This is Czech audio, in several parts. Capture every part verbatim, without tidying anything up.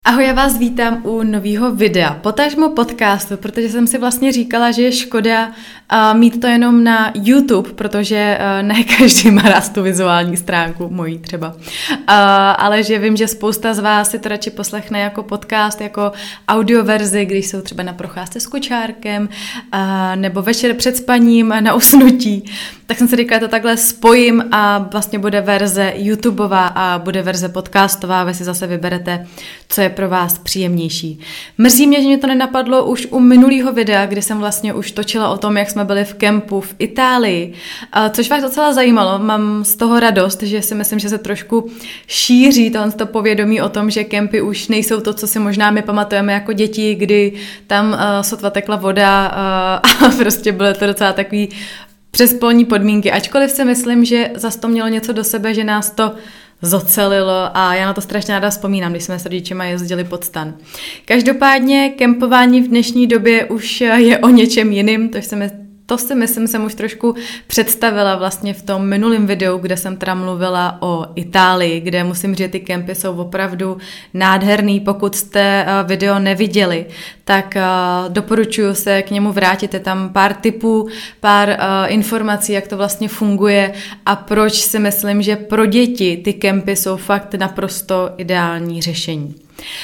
Ahoj, já vás vítám u nového videa, potažmo podcastu, protože jsem si vlastně říkala, že je škoda uh, mít to jenom na YouTube, protože uh, ne každý má rád tu vizuální stránku, mojí třeba, uh, ale že vím, že spousta z vás si to radši poslechne jako podcast, jako audioverzi, když jsou třeba na procházce s kočárkem, uh, nebo večer před spaním na usnutí, tak jsem si říkala, to takhle spojím a vlastně bude verze YouTubeová a bude verze podcastová, vy si zase vyberete, co je pro vás příjemnější. Mrzí mě, že mě to nenapadlo už u minulého videa, kdy jsem vlastně už točila o tom, jak jsme byli v kempu v Itálii, což vás docela zajímalo. Mám z toho radost, že si myslím, že se trošku šíří tohle to povědomí o tom, že kempy už nejsou to, co si možná my pamatujeme jako děti, kdy tam uh, sotva tekla voda uh, a prostě bylo to docela takový přes polní podmínky, ačkoliv si myslím, že zas to mělo něco do sebe, že nás to zocelilo a já na to strašně ráda vzpomínám, když jsme s rodičema jezdili pod stan. Každopádně kempování v dnešní době už je o něčem jiným, to se mi To si myslím, jsem už trošku představila vlastně v tom minulém videu, kde jsem teda mluvila o Itálii, kde musím říct, ty kempy jsou opravdu nádherný. Pokud jste video neviděli, tak doporučuji se k němu vrátit. Je tam pár tipů, pár informací, jak to vlastně funguje a proč si myslím, že pro děti ty kempy jsou fakt naprosto ideální řešení.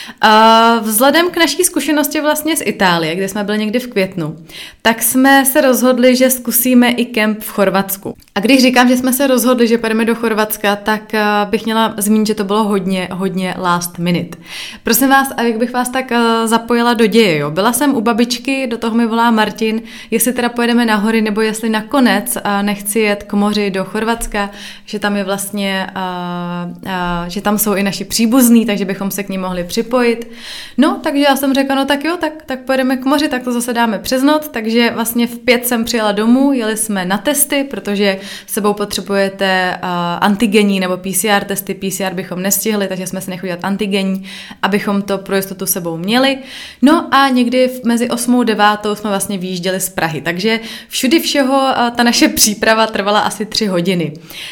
Uh, vzhledem k naší zkušenosti vlastně z Itálie, kde jsme byli někdy v květnu, tak jsme se rozhodli, že zkusíme i kemp v Chorvatsku. A když říkám, že jsme se rozhodli, že půjdeme do Chorvatska, tak uh, bych měla zmínit, že to bylo hodně, hodně last minute. Prosím vás, a jak bych vás tak uh, zapojila do děje, jo? Byla jsem u babičky, do toho mi volá Martin, jestli teda pojedeme na hory, nebo jestli nakonec uh, nechci jet k moři do Chorvatska, že tam je vlastně, uh, uh, že tam jsou i naši příbuzní, takže bychom se k ním mohli připojit. No, takže já jsem řekla, no tak jo, tak, tak pojedeme k moři, tak to zase dáme přes noc, takže vlastně v pět jsem přijela domů, jeli jsme na testy, protože s sebou potřebujete uh, antigenní nebo P C R testy, P C R bychom nestihli, takže jsme si nechali dělat antigenní, abychom to pro jistotu sebou měli. No a někdy v, mezi osmou a devátou jsme vlastně vyjížděli z Prahy, takže všudy všeho uh, ta naše příprava trvala asi tři hodiny.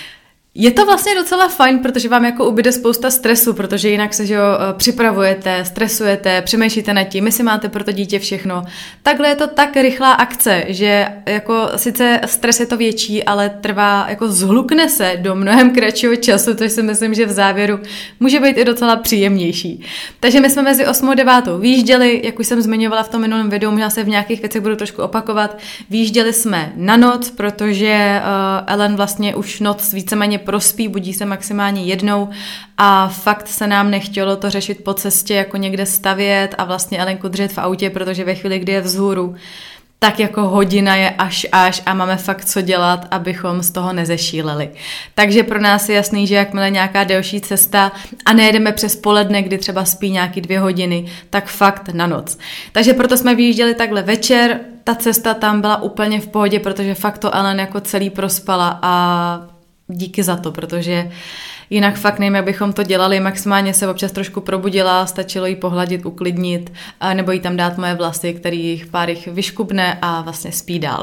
Je to vlastně docela fajn, protože vám jako ubyde spousta stresu, protože jinak se že jo, připravujete, stresujete, přemýšlíte nad tím, jestli máte pro to dítě všechno. Takhle je to tak rychlá akce, že jako sice stres je to větší, ale trvá, jako zhlukne se do mnohem kratšího času, což si myslím, že v závěru může být i docela příjemnější. Takže my jsme mezi osmou a devátou vyjížděli, jak už jsem zmiňovala v tom minulém videu, možná se v nějakých věcech budu trošku opakovat, vyjížděli jsme na noc, protože uh, Ellen vlastně už noc víceméně prospí, budí se maximálně jednou a fakt se nám nechtělo to řešit po cestě, jako někde stavět a vlastně Elenku držet v autě, protože ve chvíli, kdy je vzhůru, tak jako hodina je až až a máme fakt co dělat, abychom z toho nezešíleli. Takže pro nás je jasný, že jakmile nějaká delší cesta a nejedeme přes poledne, kdy třeba spí nějaký dvě hodiny, tak fakt na noc. Takže proto jsme vyjížděli takhle večer, ta cesta tam byla úplně v pohodě, protože fakt to Ellen jako celý prospala a díky za to, protože jinak fakt nevím, jak bychom to dělali, maximálně se občas trošku probudila, stačilo jí pohladit, uklidnit, nebo jí tam dát moje vlasy, který jich pár jich vyškubne a vlastně spí dál.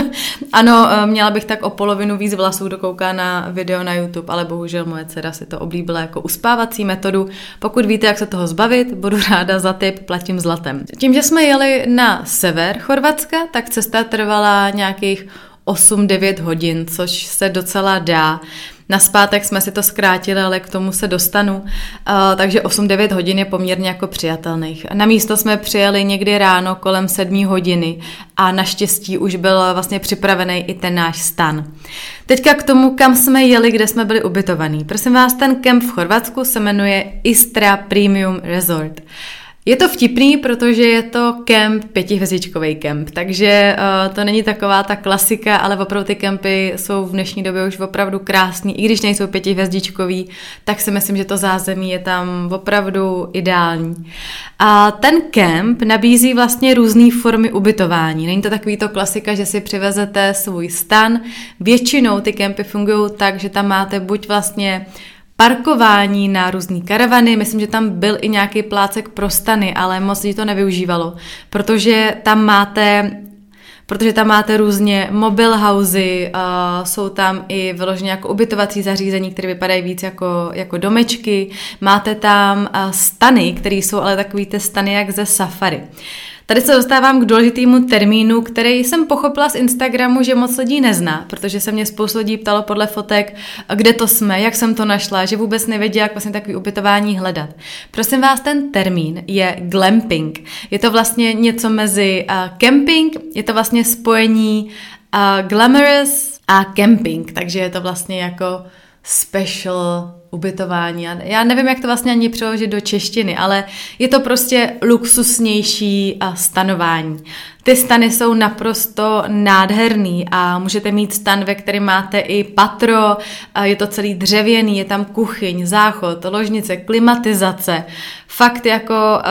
Ano, měla bych tak o polovinu víc vlasů, dokouká na video na YouTube, ale bohužel moje dcera si to oblíbila jako uspávací metodu. Pokud víte, jak se toho zbavit, budu ráda za tip, platím zlatem. Tím, že jsme jeli na sever Chorvatska, tak cesta trvala nějakých osm devět hodin, což se docela dá. Nazpátek jsme si to zkrátili, ale k tomu se dostanu, uh, takže osm devět hodin je poměrně jako přijatelných. Na místo jsme přijeli někdy ráno kolem sedmé hodiny a naštěstí už byl vlastně připravený i ten náš stan. Teďka k tomu, kam jsme jeli, kde jsme byli ubytovaní. Prosím vás, ten kemp v Chorvatsku se jmenuje Istra Premium Resort. Je to vtipný, protože je to kemp, pětihvězdičkový kemp, takže uh, to není taková ta klasika, ale opravdu ty kempy jsou v dnešní době už opravdu krásný, i když nejsou pětihvězdičkový, tak si myslím, že to zázemí je tam opravdu ideální. A ten kemp nabízí vlastně různé formy ubytování. Není to takový to klasika, že si přivezete svůj stan. Většinou ty kempy fungují tak, že tam máte buď vlastně parkování na různý karavany, myslím, že tam byl i nějaký plácek pro stany, ale moc lidí to nevyužívalo, protože tam máte protože tam máte různě mobil housey, uh, jsou tam i vyloženě jako ubytovací zařízení, které vypadají víc jako, jako domečky, máte tam uh, stany, které jsou ale takový ty stany jak ze safari. Tady se dostávám k důležitému termínu, který jsem pochopila z Instagramu, že moc lidí nezná, protože se mě spoustu lidí ptalo podle fotek, kde to jsme, jak jsem to našla, že vůbec nevěděla, jak vlastně takový ubytování hledat. Prosím vás, ten termín je glamping. Je to vlastně něco mezi uh, camping, je to vlastně spojení uh, glamorous a camping, takže je to vlastně jako special ubytování. Já nevím, jak to vlastně ani přeložit do češtiny, ale je to prostě luxusnější stanování. Ty stany jsou naprosto nádherný a můžete mít stan, ve kterém máte i patro, je to celý dřevěný, je tam kuchyň, záchod, ložnice, klimatizace. Fakt jako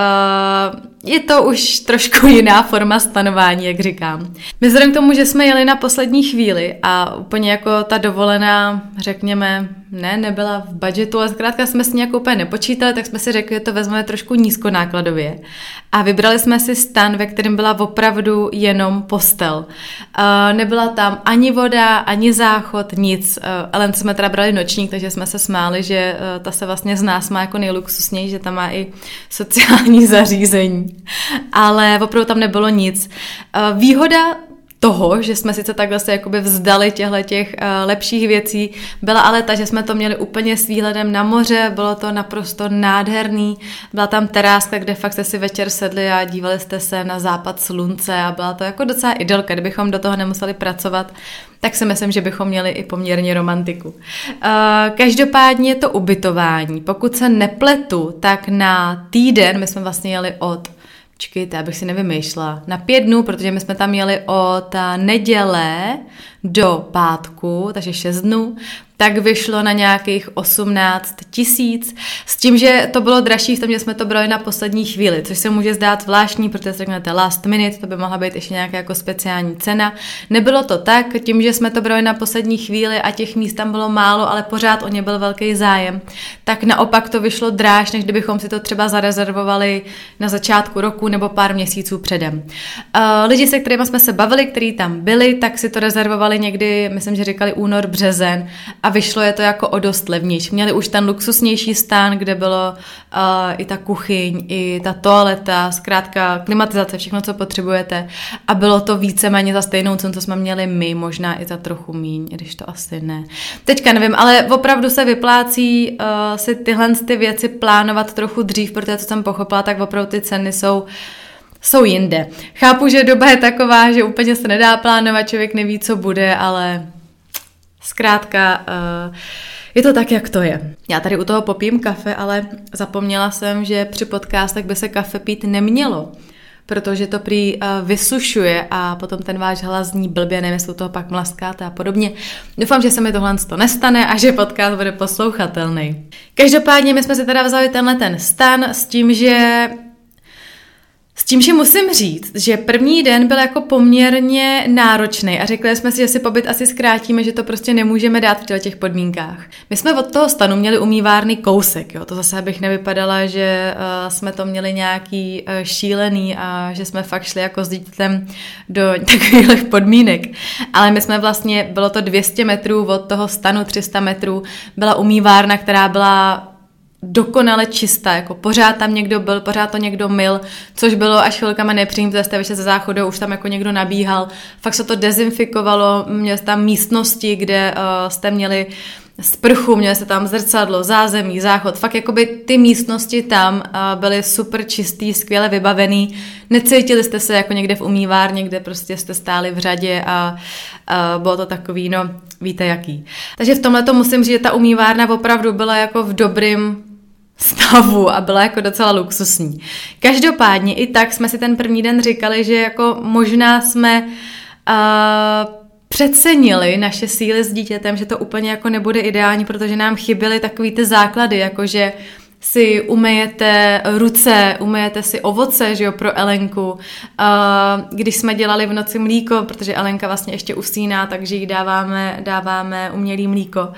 uh, je to už trošku jiná forma stanování, jak říkám. My vzhledem k tomu, že jsme jeli na poslední chvíli a úplně jako ta dovolená, řekněme, ne, nebyla v budgetu, ale zkrátka jsme s ní jako úplně nepočítali, tak jsme si řekli, že to vezmeme trošku nízkonákladově. A vybrali jsme si stan, ve kterém byla opravdu jenom postel. Uh, nebyla tam ani voda, ani záchod, nic. Uh, Ellen jsme teda brali nočník, takže jsme se smáli, že uh, ta se vlastně z nás má jako nejluxusnější, že tam má i sociální zařízení. Ale opravdu tam nebylo nic. Uh, výhoda toho, že jsme sice takhle se jakoby vzdali těchto těch uh, lepších věcí, byla ale ta, že jsme to měli úplně s výhledem na moře, bylo to naprosto nádherný, byla tam teráska, kde fakt jste si večer sedli a dívali jste se na západ slunce a byla to jako docela idylka, kdybychom do toho nemuseli pracovat, tak si myslím, že bychom měli i poměrně romantiku. Uh, každopádně to ubytování, pokud se nepletu, tak na týden, my jsme vlastně jeli od Počkejte, abych si nevymýšlela. Na pět dnů, protože my jsme tam jeli od neděle do pátku, takže šest dnů, tak vyšlo na nějakých osmnáct tisíc, s tím, že to bylo dražší v tom, že jsme to brali na poslední chvíli, což se může zdát zvláštní, protože se řeknete last minute, to by mohla být ještě nějaká jako speciální cena. Nebylo to tak, tím, že jsme to brali na poslední chvíli a těch míst tam bylo málo, ale pořád o ně byl velký zájem, tak naopak to vyšlo dráž, než kdybychom si to třeba zarezervovali na začátku roku nebo pár měsíců předem. Uh, lidi, se kterými jsme se bavili, kteří tam byli, tak si to rezervovali někdy, myslím, že říkali únor, březen, a vyšlo je to jako o dost levnější. Měli už ten luxusnější stán, kde bylo uh, i ta kuchyň, i ta toaleta, zkrátka klimatizace, všechno, co potřebujete. A bylo to víceméně za stejnou cenu, co jsme měli my, možná i za trochu míň, když to asi ne. Teďka nevím, ale opravdu se vyplácí uh, si tyhle ty věci plánovat trochu dřív, protože co jsem pochopila, tak opravdu ty ceny jsou jsou jinde. Chápu, že doba je taková, že úplně se nedá plánovat, člověk neví, co bude, ale zkrátka uh, je to tak, jak to je. Já tady u toho popím kafe, ale zapomněla jsem, že při podcastech by se kafe pít nemělo, protože to prý uh, vysušuje a potom ten váš hlas zní blbě, nevím, jestli toho pak mlaskáte a podobně. Doufám, že se mi tohle to nestane a že podcast bude poslouchatelný. Každopádně my jsme si teda vzali tenhle ten stan s tím, že S tím, že musím říct, že první den byl jako poměrně náročný a řekli jsme si, že si pobyt asi zkrátíme, že to prostě nemůžeme dát v těch podmínkách. My jsme od toho stanu měli umývárny kousek, jo? To zase bych nevypadala, že uh, jsme to měli nějaký uh, šílený a že jsme fakt šli jako s dítětem do takových podmínek. Ale my jsme vlastně, bylo to dvě stě metrů od toho stanu, tři sta metrů, byla umývárna, která byla dokonale čistá, jako pořád tam někdo byl, pořád to někdo myl, což bylo až chvilkama nepříjemné, protože jste vyšli ze záchodu, už tam jako někdo nabíhal, fakt se to dezinfikovalo, měli tam místnosti, kde uh, jste měli sprchu, měli jste tam zrcadlo, zázemí, záchod, fakt jakoby ty místnosti tam uh, byly super čistý, skvěle vybavený, necítili jste se jako někde v umývárně, kde prostě jste stáli v řadě a uh, bylo to takový, no víte jaký. Takže v tomhle to musím říct, že ta umývárna opravdu byla jako v dobrým stavu a byla jako docela luxusní. Každopádně i tak jsme si ten první den říkali, že jako možná jsme uh, přecenili naše síly s dítětem, že to úplně jako nebude ideální, protože nám chyběly takový ty základy, jakože si umyjete ruce, umyjete si ovoce, že jo, pro Elenku. Uh, když jsme dělali v noci mlíko, protože Elenka vlastně ještě usíná, takže jí dáváme, dáváme umělý mlíko,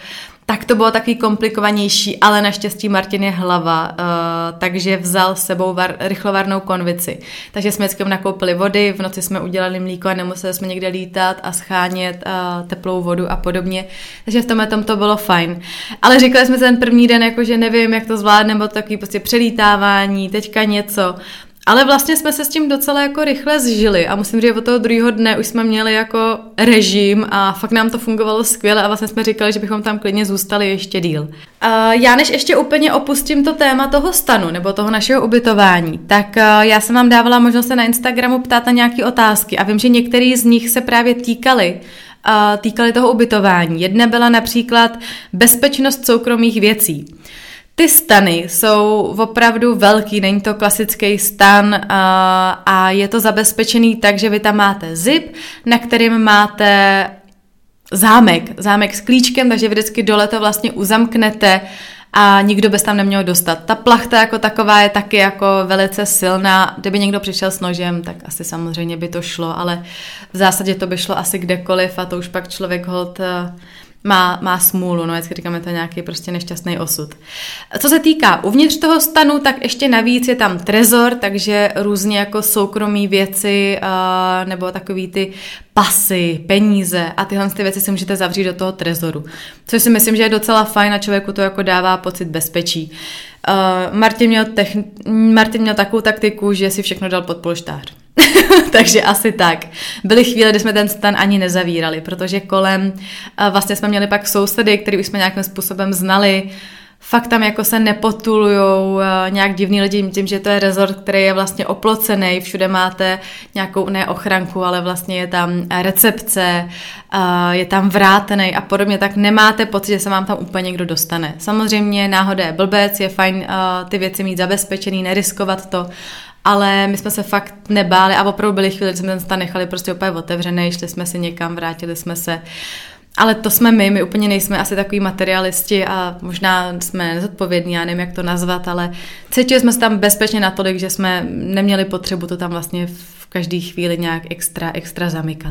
tak to bylo takový komplikovanější, ale naštěstí Martin je hlava, uh, takže vzal s sebou var, rychlovarnou konvici. Takže jsme vždycky nakoupili vody, v noci jsme udělali mlíko a nemuseli jsme někde lítat a schánět uh, teplou vodu a podobně. Takže v tomhle tom to bylo fajn. Ale říkali jsme ten první den, jako, že nevím, jak to zvládneme, bylo takový prostě přelítávání, teďka něco. Ale vlastně jsme se s tím docela jako rychle zžili a musím říct, že od toho druhého dne už jsme měli jako režim a fakt nám to fungovalo skvěle a vlastně jsme říkali, že bychom tam klidně zůstali ještě díl. Uh, já než ještě úplně opustím to téma toho stanu nebo toho našeho ubytování, tak uh, já jsem vám dávala možnost se na Instagramu ptát na nějaké otázky a vím, že některý z nich se právě týkaly uh, týkaly toho ubytování. Jedna byla například bezpečnost soukromých věcí. Ty stany jsou opravdu velký, není to klasický stan a, a je to zabezpečený tak, že vy tam máte zip, na kterým máte zámek, zámek s klíčkem, takže vy vždycky dole to vlastně uzamknete a nikdo bez tam neměl dostat. Ta plachta jako taková je taky jako velice silná, kdyby někdo přišel s nožem, tak asi samozřejmě by to šlo, ale v zásadě to by šlo asi kdekoliv a to už pak člověk holt Má, má smůlu, no vždycky říkáme, to je nějaký prostě nešťastný osud. Co se týká uvnitř toho stanu, tak ještě navíc je tam trezor, takže různě jako soukromí věci uh, nebo takový ty pasy, peníze a tyhle ty věci si můžete zavřít do toho trezoru. Což si myslím, že je docela fajn a člověku to jako dává pocit bezpečí. Uh, Martin, měl techn- Martin měl takovou taktiku, že si všechno dal pod polštář. Takže asi tak. Byly chvíle, kdy jsme ten stan ani nezavírali, protože kolem vlastně jsme měli pak sousedy, který už jsme nějakým způsobem znali. Fakt tam jako se nepotulujou nějak divný lidi tím, že to je rezort, který je vlastně oplocený, všude máte nějakou ne ochranku, ale vlastně je tam recepce, je tam vrátený a podobně, tak nemáte pocit, že se vám tam úplně někdo dostane. Samozřejmě náhoda je blbec, je fajn ty věci mít zabezpečený, neriskovat to, ale my jsme se fakt nebáli a opravdu byli chvíli, kdy jsme ten stan nechali prostě úplně otevřený, šli jsme si někam, vrátili jsme se. Ale to jsme my, my úplně nejsme asi takový materialisti a možná jsme nezodpovědní, já nevím, jak to nazvat, ale cítili jsme se tam bezpečně natolik, že jsme neměli potřebu to tam vlastně v každé chvíli nějak extra, extra zamykat.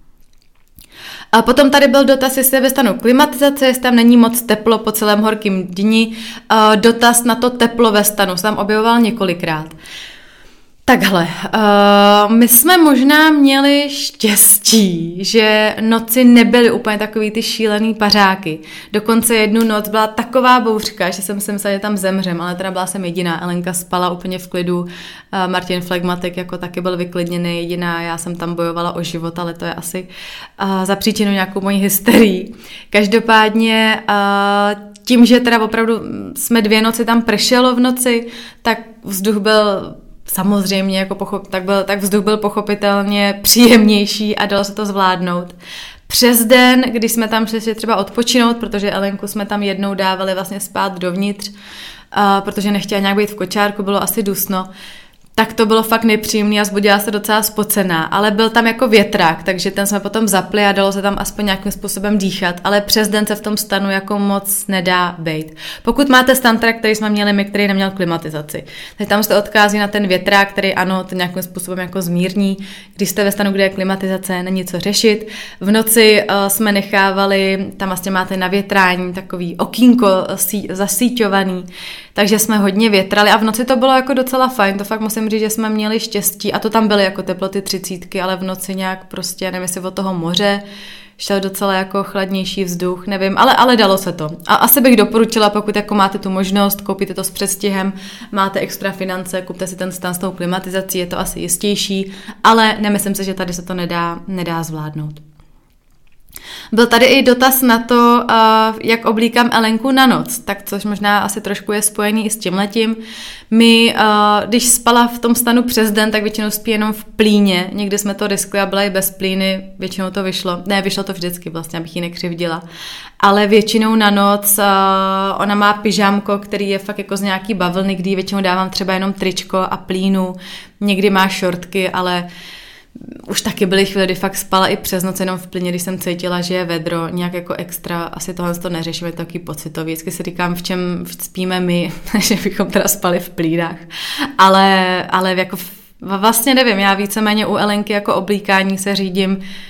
A potom tady byl dotaz, jestli je ve stanu klimatizace, jestli tam není moc teplo po celém horkém dni. Dotaz na to teplo ve stanu se tam objevoval několikrát. Takhle, uh, my jsme možná měli štěstí, že noci nebyly úplně takový ty šílený pařáky. Dokonce jednu noc byla taková bouřka, že jsem si myslela, že tam zemřem, ale teda byla jsem jediná. Elenka spala úplně v klidu, uh, Martin Flegmatik jako taky byl vyklidněný, jediná, já jsem tam bojovala o život, ale to je asi uh, za příčinu nějakou mojí hysterii. Každopádně uh, tím, že teda opravdu jsme dvě noci tam pršelo v noci, tak vzduch byl samozřejmě, jako pochop, tak, byl, tak vzduch byl pochopitelně příjemnější a dalo se to zvládnout. Přes den, když jsme tam šli třeba odpočinout, protože Elenku jsme tam jednou dávali vlastně spát dovnitř, uh, protože nechtěla nějak být v kočárku, bylo asi dusno, tak to bylo fakt nepříjemný a zbudila se docela spocená, ale byl tam jako větrák, takže ten jsme potom zapli a dalo se tam aspoň nějakým způsobem dýchat, ale přes den se v tom stanu jako moc nedá bejt. Pokud máte stan, který jsme měli my, který neměl klimatizaci, tak tam se odkází na ten větrák, který ano, ten nějakým způsobem jako zmírní. Když jste ve stanu, kde je klimatizace, není co řešit. V noci uh, jsme nechávali, tam vlastně máte na větrání takový okýnko sí, zasíťovaný, takže jsme hodně větrali a v noci to bylo jako docela fajn, to fakt musím říct, že jsme měli štěstí a to tam byly jako teploty třicítky, ale v noci nějak prostě, nevím, jestli od toho moře šel docela jako chladnější vzduch, nevím, ale, ale dalo se to. A asi bych doporučila, pokud jako máte tu možnost, koupíte to s předstihem, máte extra finance, kupte si ten stan s tou klimatizací, je to asi jistější, ale nemyslím si, že tady se to nedá, nedá zvládnout. Byl tady i dotaz na to, jak oblíkám Elenku na noc, tak což možná asi trošku je spojený i s tímhletím. My, když spala v tom stanu přes den, tak většinou spí jenom v plíně. Někdy jsme to riskli a byla i bez plíny, většinou to vyšlo. Ne, vyšlo to vždycky vlastně, abych ji nekřivdila. Ale většinou na noc ona má pyžámko, který je fakt jako z nějaký bavlny, kdy většinou dávám třeba jenom tričko a plínu. Někdy má šortky, ale už taky byly chvíle, kdy fakt spala i přes noc jenom v plyně, když jsem cítila, že je vedro, nějak jako extra, asi tohle to neřešíme, je to taky pocitový. Vždycky si říkám, v čem spíme my, že bychom teda spali v plínách. Ale, ale jako vlastně nevím, já víceméně u Elenky jako oblíkání se řídím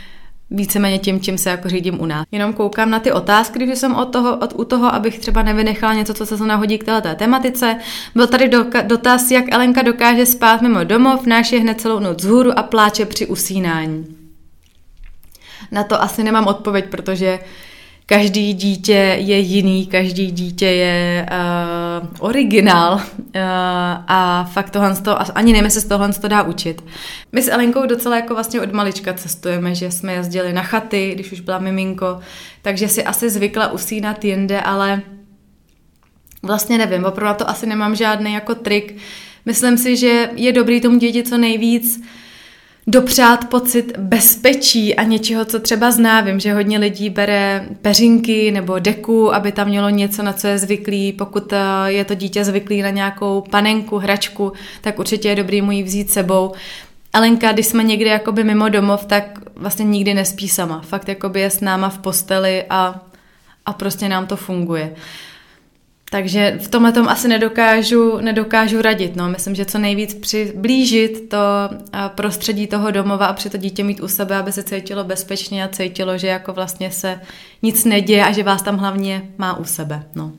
víceméně tím, čím se jako řídím u nás. Jenom koukám na ty otázky, když jsem od toho, od, u toho, abych třeba nevynechala něco, co se zrovna hodí k této tematice. Byl tady doka- dotaz, jak Alenka dokáže spát mimo domov, náš je hned celou noc vzhůru a pláče při usínání. Na to asi nemám odpověď, protože každý dítě je jiný, každý dítě je uh, originál uh, a fakt tohle to, ani nevím, jestli se tohle to dá učit. My s Alenkou docela jako vlastně od malička cestujeme, že jsme jezdili na chaty, když už byla miminko, takže si asi zvykla usínat jinde, ale vlastně nevím, opravdu na to asi nemám žádný jako trik. Myslím si, že je dobrý tomu dítě co nejvíc dopřát pocit bezpečí a něčeho, co třeba zná. Vím, že hodně lidí bere peřinky nebo deku, aby tam mělo něco, na co je zvyklý. Pokud je to dítě zvyklý na nějakou panenku, hračku, tak určitě je dobrý mu ji vzít sebou. Alenka, když jsme někde jakoby mimo domov, tak vlastně nikdy nespí sama. Fakt jakoby je s náma v posteli a, a prostě nám to funguje. Takže v tomhle tom asi nedokážu, nedokážu radit. No. Myslím, že co nejvíc přiblížit to prostředí toho domova a při to dítě mít u sebe, aby se cítilo bezpečně a cítilo, že jako vlastně se nic neděje a že vás tam hlavně má u sebe. No.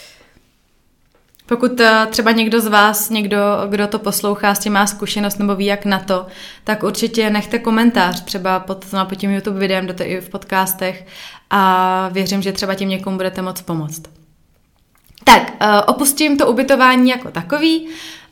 Pokud třeba někdo z vás, někdo, kdo to poslouchá, s tím má zkušenost nebo ví jak na to, tak určitě nechte komentář třeba pod, pod tím YouTube videem, do i v podcastech a věřím, že třeba tím někomu budete moct pomoct. Tak, opustím to ubytování jako takový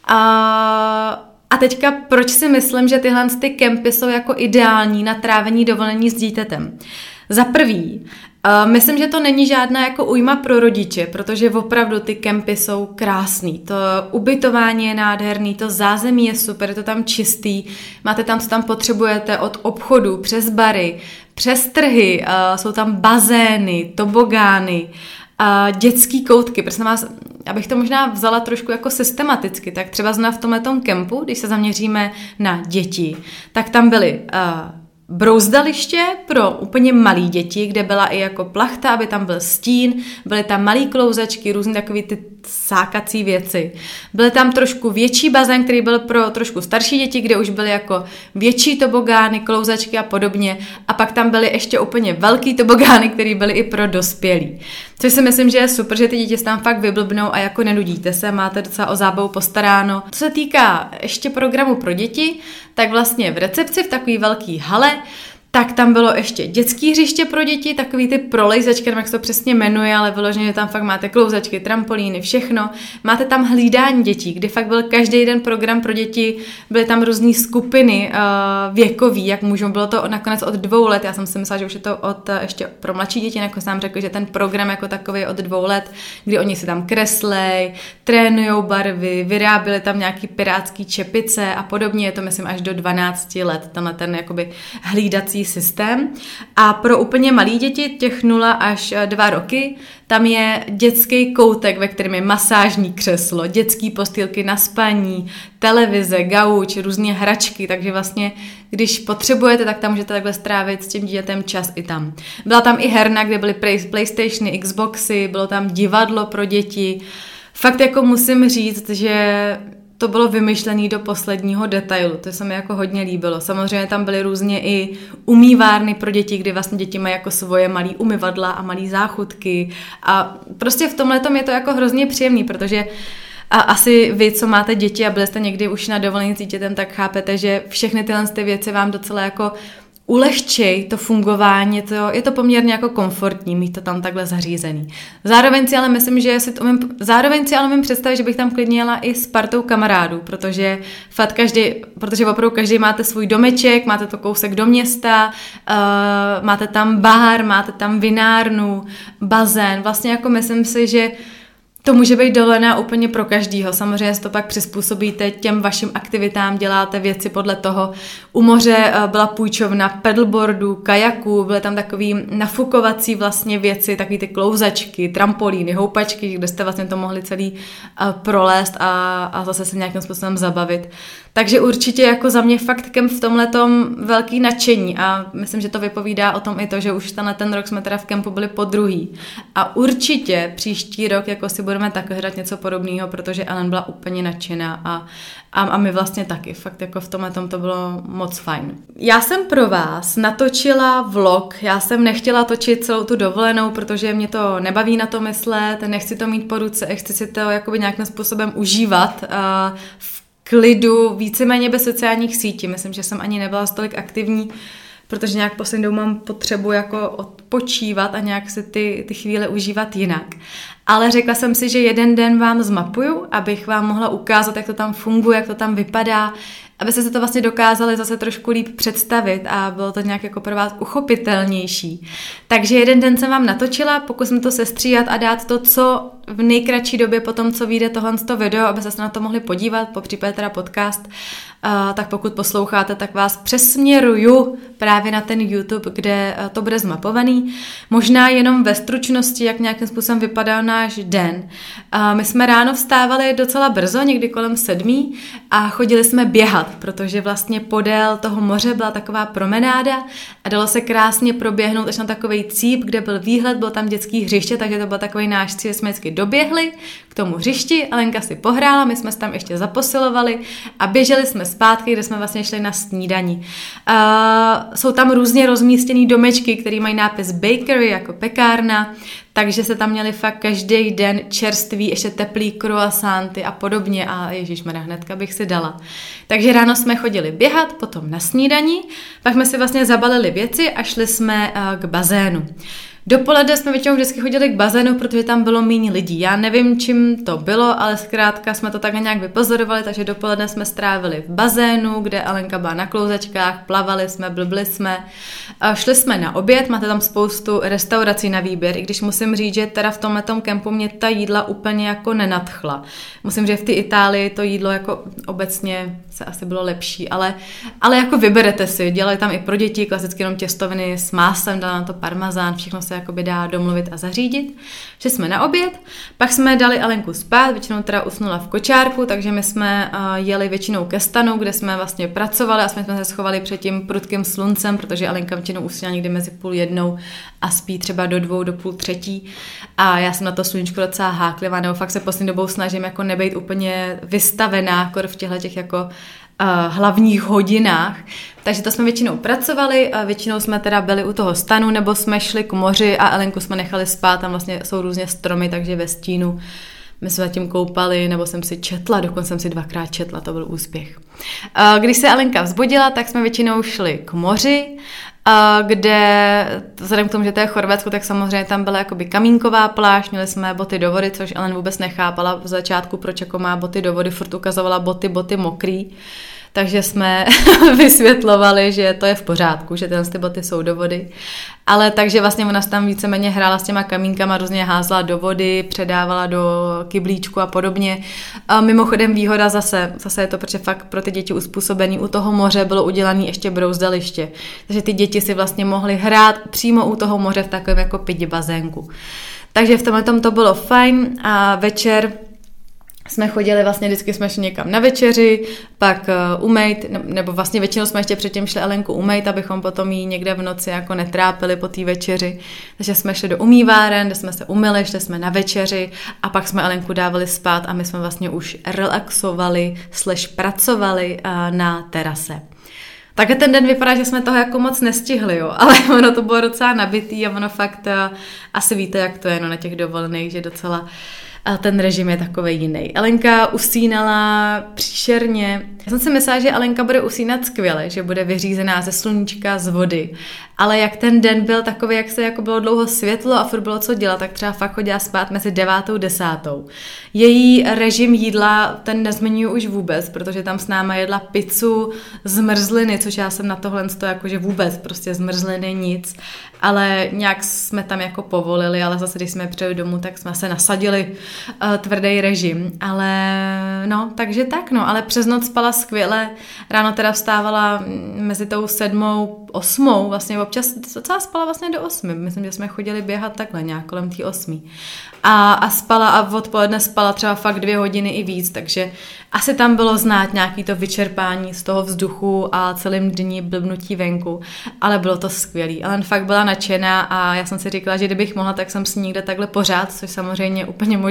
a, a teďka proč si myslím, že tyhle ty kempy jsou jako ideální na trávení dovolení s dítětem. Za prvý, myslím, že to není žádná jako újma pro rodiče, protože opravdu ty kempy jsou krásný. To ubytování je nádherný, to zázemí je super, je to tam čistý, máte tam, co tam potřebujete, od obchodu, přes bary, přes trhy, jsou tam bazény, tobogány, a dětský koutky, protože vás, abych to možná vzala trošku jako systematicky, tak třeba zna v tomhletom kempu, když se zaměříme na děti, tak tam byly uh, brouzdaliště pro úplně malý děti, kde byla i jako plachta, aby tam byl stín, byly tam malý klouzačky, různé takové ty sákací věci. Byly tam trošku větší bazén, který byl pro trošku starší děti, kde už byly jako větší tobogány, klouzačky a podobně. A pak tam byly ještě úplně velký tobogány, které byly i pro dospělí. Což si myslím, že je super, že ty děti se tam fakt vyblbnou a jako nenudíte se, máte docela o zábavu postaráno. Co se týká ještě programu pro děti, tak vlastně v recepci v takový velký hale, tak tam bylo ještě dětský hřiště pro děti, takový ty prolejzačky, nevím, jak se to přesně jmenuje, ale vyloženě, že tam fakt máte klouzačky, trampolíny, všechno. Máte tam hlídání dětí, kdy fakt byl každý den program pro děti, byly tam různé skupiny uh, věkový, jak můžou, bylo to nakonec od dvou let, já jsem si myslela, že už je to od, uh, ještě pro mladší děti, nakonec nám řekli, že ten program jako takový je od dvou let, kdy oni si tam kreslej, trénujou barvy, vyráběli tam nějaký pirátský čepice a podobně, je to myslím až do dvanácti let, tenhle ten jakoby hlídací systém. A pro úplně malý děti, těch nula až dva roky, tam je dětský koutek, ve kterém je masážní křeslo, dětský postýlky na spaní, televize, gauč, různé hračky, takže vlastně, když potřebujete, tak tam můžete takhle strávit s tím dítětem čas i tam. Byla tam i herna, kde byly PlayStationy, Xboxy, bylo tam divadlo pro děti. Fakt jako musím říct, že to bylo vymyšlené do posledního detailu, to se mi jako hodně líbilo. Samozřejmě tam byly různě i umývárny pro děti, kdy vlastně děti mají jako svoje malý umyvadla a malý záchutky a prostě v tomhletom je to jako hrozně příjemný, protože a asi vy, co máte děti a byli jste někdy už na dovolení s dítětem, tak chápete, že všechny tyhle ty věci vám docela jako ulehčej to fungování, to, je to poměrně jako komfortní mít to tam takhle zařízený. Zároveň si ale myslím, že si to umím, zároveň si ale umím představit, že bych tam klidně jela i s partou kamarádů, protože fakt každý, protože opravdu každý máte svůj domeček, máte to kousek do města, uh, máte tam bar, máte tam vinárnu, bazén, vlastně jako myslím si, že to může být dovolená úplně pro každýho. Samozřejmě si to pak přizpůsobíte těm vašim aktivitám, děláte věci podle toho. U moře byla půjčovna pedalboardů, kajaků, byly tam takový nafukovací vlastně věci, takový ty klouzačky, trampolíny, houpačky, kde jste vlastně to mohli celý prolézt a, a zase se nějakým způsobem zabavit. Takže určitě jako za mě fakt kemp v tomhletom velký nadšení a myslím, že to vypovídá o tom i to, že už tenhle ten rok jsme teda v kempu byli po druhý. A určitě příští rok jako si budeme budeme taky hledat něco podobného, protože Ellen byla úplně nadšená a, a, a my vlastně taky. Fakt jako v tomhle tom to bylo moc fajn. Já jsem pro vás natočila vlog. Já jsem nechtěla točit celou tu dovolenou, protože mě to nebaví na to myslet, nechci to mít po ruce, chci si to jakoby nějakým způsobem užívat uh, v klidu, víceméně bez sociálních sítí. Myslím, že jsem ani nebyla tolik aktivní, protože nějak poslední dobou mám potřebu jako odpočívat a nějak si ty, ty chvíle užívat jinak. Ale řekla jsem si, že jeden den vám zmapuju, abych vám mohla ukázat, jak to tam funguje, jak to tam vypadá, abyste se to vlastně dokázali zase trošku líp představit a bylo to nějak jako pro vás uchopitelnější. Takže jeden den jsem vám natočila, pokusím to sestříhat a dát to, co v nejkratší době po tom, co vyjde tohle video, abyste se na to mohli podívat, popřípadě teda podcast, uh, tak pokud posloucháte, tak vás přesměruju právě na ten YouTube, kde uh, to bude zmapovaný. Možná jenom ve stručnosti, jak nějakým způsobem vypadá náš den. Uh, my jsme ráno vstávali docela brzo, někdy kolem sedmí a chodili jsme běhat, protože vlastně podél toho moře byla taková promenáda a dalo se krásně proběhnout až na takovej cíp, kde byl výhled, bylo tam dětský hřiště, takže to byl takový náš cíl, jsme vždycky doběhli k tomu hřišti, Alenka si pohrála, my jsme se tam ještě zaposilovali a běželi jsme zpátky, kde jsme vlastně šli na snídani. Uh, jsou tam různě rozmístěný domečky, které mají nápis bakery, jako pekárna, takže se tam měli fakt každý den čerstvý, ještě teplý croissanty a podobně a ježišmarja, hnedka bych si dala. Takže ráno jsme chodili běhat, potom na snídani, pak jsme si vlastně zabalili věci a šli jsme uh, k bazénu. Dopoledne jsme většinou vždycky chodili k bazénu, protože tam bylo méně lidí. Já nevím, čím to bylo, ale zkrátka jsme to takhle nějak vypozorovali, takže dopoledne jsme strávili v bazénu, kde Alenka byla na klouzačkách, plavali jsme, blbli jsme. Šli jsme na oběd, máte tam spoustu restaurací na výběr, i když musím říct, že teda v tomhletom kempu mě ta jídla úplně jako nenadchla. Musím říct, že v té Itálii to jídlo jako obecně se asi bylo lepší, ale, ale jako vyberete si, dělali tam i pro děti, klasicky jenom těstoviny s máslem, dala na to parmazán, všechno se jakoby dá domluvit a zařídit. Šli jsme na oběd, pak jsme dali Alenku spát, většinou teda usnula v kočárku, takže my jsme uh, jeli většinou ke stanu, kde jsme vlastně pracovali a jsme se schovali před tím prudkým sluncem, protože Alenka většinou usínala někdy mezi půl jednou a spí třeba do dvou, do půl třetí a já jsem na to sluníčko docela háklivá, nebo fakt se poslední dobou snažím jako nebejt úplně vystavená jako v těchto těch jako Uh, hlavních hodinách. Takže to jsme většinou pracovali a většinou jsme teda byli u toho stanu nebo jsme šli k moři a Elenku jsme nechali spát, tam vlastně jsou různě stromy, takže ve stínu my jsme zatím koupali, nebo jsem si četla, dokonce jsem si dvakrát četla, to byl úspěch. Uh, když se Alenka vzbudila, tak jsme většinou šli k moři, uh, kde, vzhledem k tomu, že to je Chorvatsko, tak samozřejmě tam byla jakoby kamínková pláž, měli jsme boty do vody, což Ellen vůbec nechápala v začátku, proč jako má boty do vody, furt ukazovala boty, boty mokrý. Takže jsme vysvětlovali, že to je v pořádku, že tyhle ty boty jsou do vody. Ale takže vlastně ona tam víceméně hrála s těma kamínkama, různě házela do vody, předávala do kyblíčku a podobně. A mimochodem výhoda zase, zase je to, protože fakt pro ty děti uspůsobený, u toho moře bylo udělané ještě brouzdaliště. Takže ty děti si vlastně mohly hrát přímo u toho moře v takovém jako pidi bazénku. Takže v tomhle tom to bylo fajn a večer jsme chodili, vlastně vždycky jsme šli někam na večeři, pak uh, umejt, nebo vlastně většinou jsme ještě předtím šli Alenku umejt, abychom potom jí někde v noci jako netrápili po té večeři. Takže jsme šli do umýváren, kde jsme se umyli, šli jsme na večeři a pak jsme Alenku dávali spát a my jsme vlastně už relaxovali, slash pracovali uh, na terase. Takhle ten den vypadá, že jsme toho jako moc nestihli, jo, ale ono to bylo docela nabitý a ono fakt, uh, asi víte, jak to je no, na těch dovolených, že docela a ten režim je takovej jiný. Alenka usínala příšerně. Já jsem si myslela, že Alenka bude usínat skvěle, že bude vyřízená ze sluníčka, z vody. Ale jak ten den byl takový, jak se jako bylo dlouho světlo a furt bylo co dělat, tak třeba fakt chodila spát mezi devátou, desátou. Její režim jídla, ten nezmiňuji už vůbec, protože tam s náma jedla pizzu, zmrzliny, což já jsem na tohle to jakože vůbec, prostě zmrzliny nic. Ale nějak jsme tam jako povolili, ale zase, když jsme přijeli domů, tak jsme se nasadili uh, tvrdý režim. Ale no, takže tak no, ale přes noc spala skvěle. Ráno teda vstávala mezi tou sedmou, osmou, vlastně občas docela spala vlastně do osmi. Myslím, že jsme chodili běhat takhle nějak kolem té osmí. A, a spala a odpoledne spala třeba fakt dvě hodiny i víc, takže asi tam bylo znát nějaký to vyčerpání z toho vzduchu a celým dní blbnutí venku, ale bylo to skvělý. Ellen fakt byla nadšená a já jsem si říkala, že kdybych mohla, tak jsem s ní někde takhle pořád, což samozřejmě úplně možná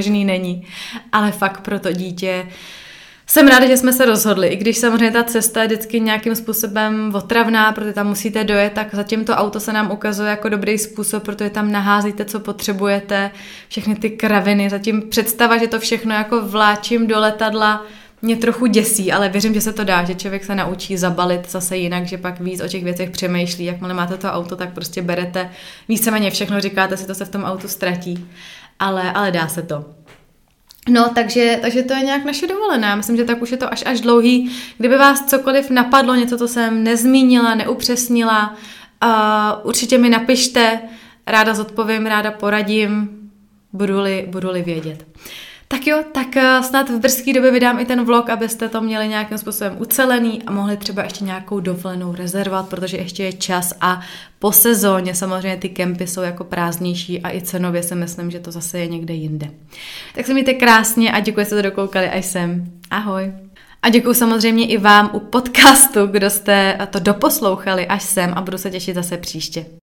možný není. Ale fakt pro to dítě jsem ráda, že jsme se rozhodli, i když samozřejmě ta cesta je vždycky nějakým způsobem otravná, protože tam musíte dojet, tak zatím to auto se nám ukazuje jako dobrý způsob, protože tam naházíte, co potřebujete, všechny ty kraviny, zatím představa, že to všechno jako vláčím do letadla, mě trochu děsí, ale věřím, že se to dá, že člověk se naučí zabalit zase jinak, že pak víc o těch věcech přemýšlí, jakmile máte to auto, tak prostě berete víceméně všechno, říkáte si, to se v tom autu ztratí, ale, ale dá se to. No, takže, takže to je nějak naše dovolená. Myslím, že tak už je to až až dlouhý. Kdyby vás cokoliv napadlo, něco, co jsem nezmínila, neupřesnila, uh, určitě mi napište, ráda zodpovím, ráda poradím, budu-li, budu-li vědět. Tak jo, tak uh, snad v brzké době vydám i ten vlog, abyste to měli nějakým způsobem ucelený a mohli třeba ještě nějakou dovolenou rezervovat, protože ještě je čas a po sezóně samozřejmě ty kempy jsou jako prázdnější a i cenově si myslím, že to zase je někde jinde. Tak se mějte krásně a děkuji, že jste to dokoukali až sem. Ahoj. A děkuji samozřejmě i vám u podcastu, kdo jste to doposlouchali až sem a budu se těšit zase příště.